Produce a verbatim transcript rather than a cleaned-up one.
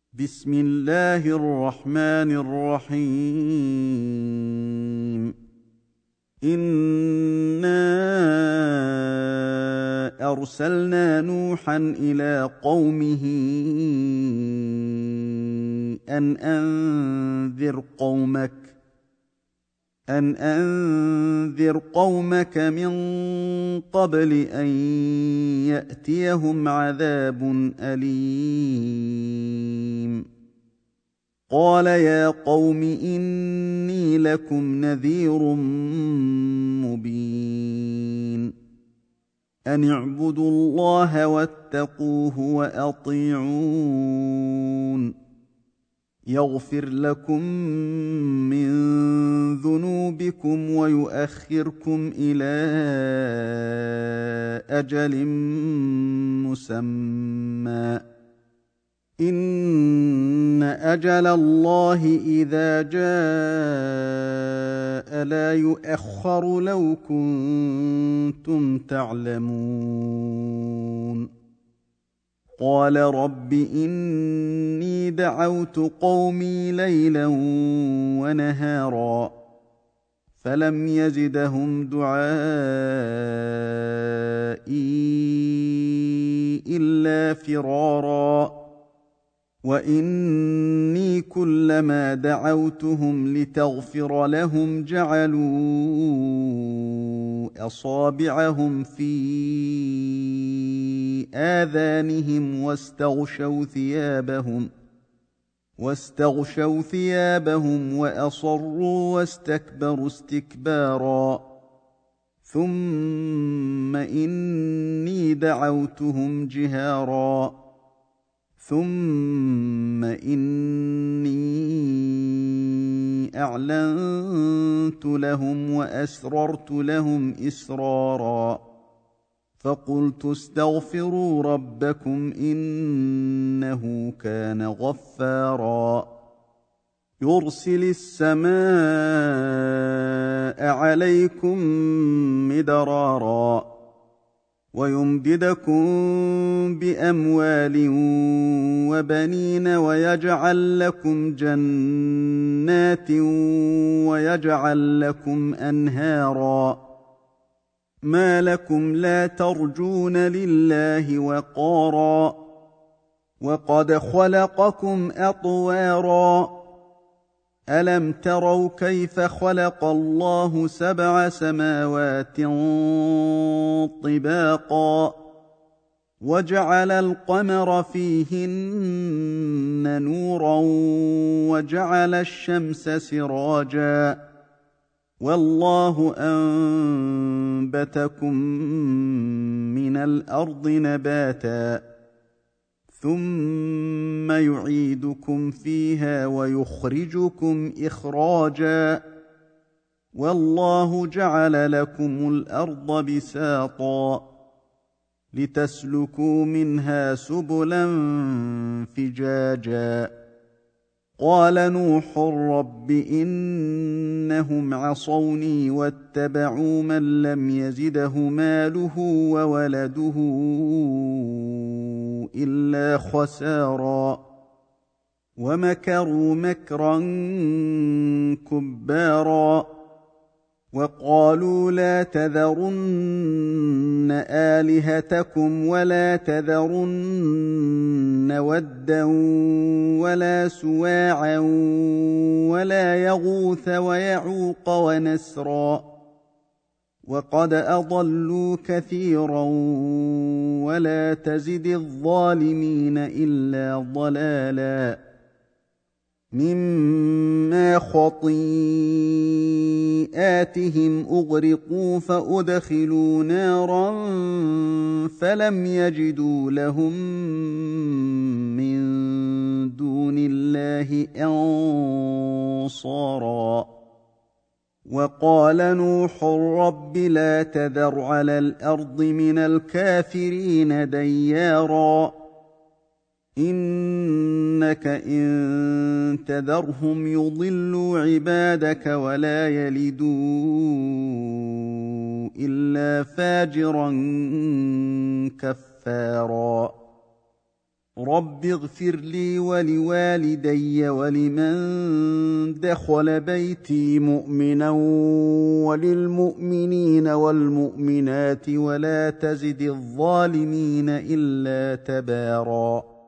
بسم الله الرحمن الرحيم. إنا أرسلنا نوحا إلى قومه أن أنذر قومك أن أنذر قومك من قبل أن يأتيهم عذاب أليم. قال يا قوم إني لكم نذير مبين. أن اعبدوا الله واتقوه وأطيعون. يغفر لكم من ذنوبكم ويؤخركم إلى أجل مسمى. إن أجل الله إذا جاء لا يؤخر لو كنتم تعلمون. قال رب إني دعوت قومي ليلا ونهارا فلم يزدهم دعائي إلا فرارا. وإني كلما دعوتهم لتغفر لهم جعلوا أصابعهم في آذانهم واستغشوا ثيابهم واستغشوا ثيابهم وأصروا واستكبروا استكبارا. ثم إني دعوتهم جهارا ثم إني أعلنت لهم وأسررت لهم إسرارا. فقلت استغفروا ربكم إنه كان غفارا. يرسل السماء عليكم مدرارا ويمددكم بأموال وبنين ويجعل لكم جنات ويجعل لكم أنهارا. ما لكم لا ترجون لله وقارا وقد خلقكم أطوارا. ألم تروا كيف خلق الله سبع سماوات طباقا وجعل القمر فيهن نورا وجعل الشمس سراجا والله أنبتكم من الأرض نباتا ثم يعيدكم فيها ويخرجكم إخراجا والله جعل لكم الأرض بساطا لتسلكوا منها سبلا فجاجا. قال نوح رب إنهم عصوني واتبعوا من لم يزده ماله وولده إلا خسارا ومكروا مكرا كبارا. وقالوا لا تذرن آلهتكم ولا تذرن ودا ولا سواعا ولا يغوث ويعوق ونسرا وقد أضلوا كثيرا ولا تزد الظالمين إلا ضلالا. مما خطيئاتهم أغرقوا فأدخلوا نارا فلم يجدوا لهم من دون الله أنصارا. وقال نوح رب لا تذر على الأرض من الكافرين ديارا إنك إن تذرهم يضلوا عبادك ولا يلدوا إلا فاجرا كفارا. رب اغفر لي ولوالدي ولمن دخل بيتي مؤمنا وللمؤمنين والمؤمنات ولا تزد الظالمين إلا تباراً